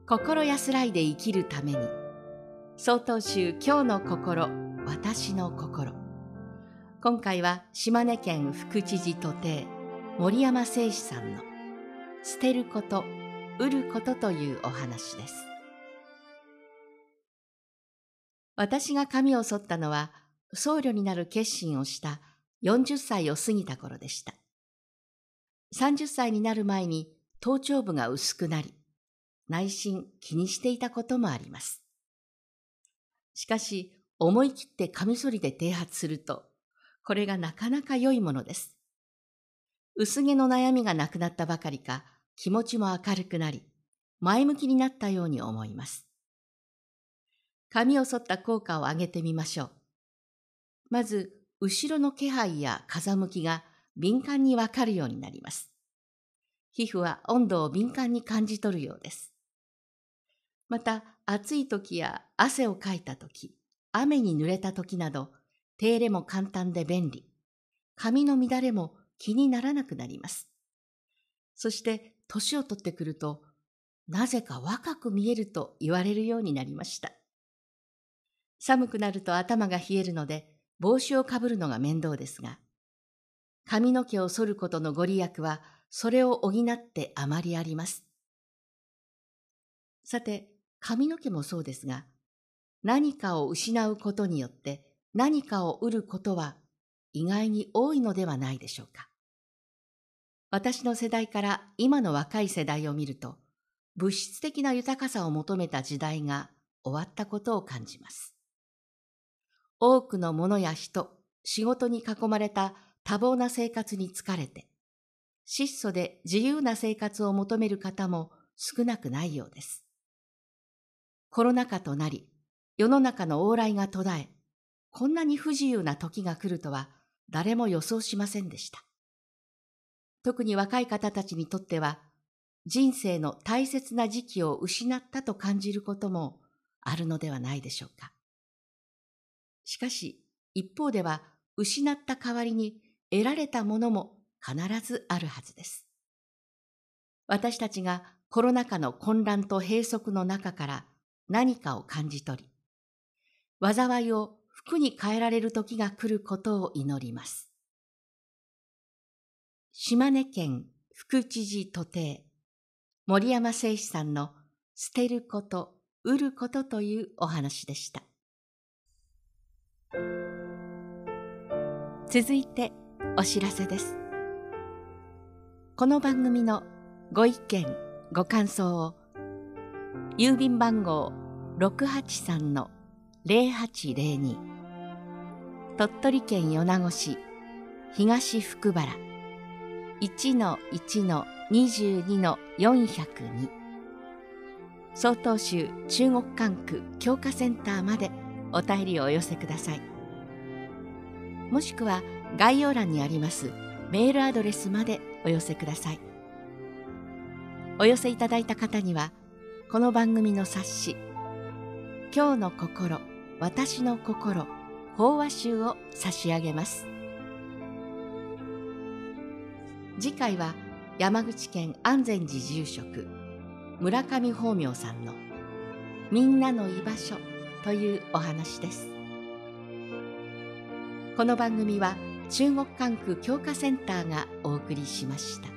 心安らいで生きるために。曹洞宗今日の心、私の心。今回は島根県副知事徒弟森山誠司さんの捨てること、売ることというお話です。私が髪を剃ったのは僧侶になる決心をした40歳を過ぎた頃でした。30歳になる前に頭頂部が薄くなり、内心気にしていたこともあります。しかし、思い切ってカミソリで剃髪すると、これがなかなか良いものです。薄毛の悩みがなくなったばかりか、気持ちも明るくなり、前向きになったように思います。髪を剃った効果を上げてみましょう。まず、後ろの気配や風向きが敏感にわかるようになります。皮膚は温度を敏感に感じ取るようです。また、暑い時や汗をかいた時、雨に濡れた時など、手入れも簡単で便利。髪の乱れも気にならなくなります。そして、年を取ってくると、なぜか若く見えると言われるようになりました。寒くなると頭が冷えるので、帽子をかぶるのが面倒ですが、髪の毛を剃ることのご利益は、それを補ってあまりあります。さて、髪の毛もそうですが、何かを失うことによって何かを得ることは意外に多いのではないでしょうか。私の世代から今の若い世代を見ると、物質的な豊かさを求めた時代が終わったことを感じます。多くのものや人、仕事に囲まれた多忙な生活に疲れて、質素で自由な生活を求める方も少なくないようです。コロナ禍となり、世の中の往来が途絶え、こんなに不自由な時が来るとは誰も予想しませんでした。特に若い方たちにとっては、人生の大切な時期を失ったと感じることもあるのではないでしょうか。しかし、一方では失った代わりに得られたものも必ずあるはずです。私たちがコロナ禍の混乱と閉塞の中から何かを感じ取り、災いを福に変えられる時が来ることを祈ります。島根県副知事徒弟森山誠司さんの捨てること、売ることというお話でした。続いてお知らせです。この番組のご意見、ご感想を郵便番号 683-0802 鳥取県米子市東福原 1-1-22-402 曹洞宗中国管区教化センターまでお便りをお寄せください。もしくは概要欄にありますメールアドレスまでお寄せください。お寄せいただいた方にはこの番組の冊子今日の心、私の心法話集を差し上げます。次回は山口県安全寺住職村上法明さんのみんなの居場所というお話です。この番組は中国管区教化センターがお送りしました。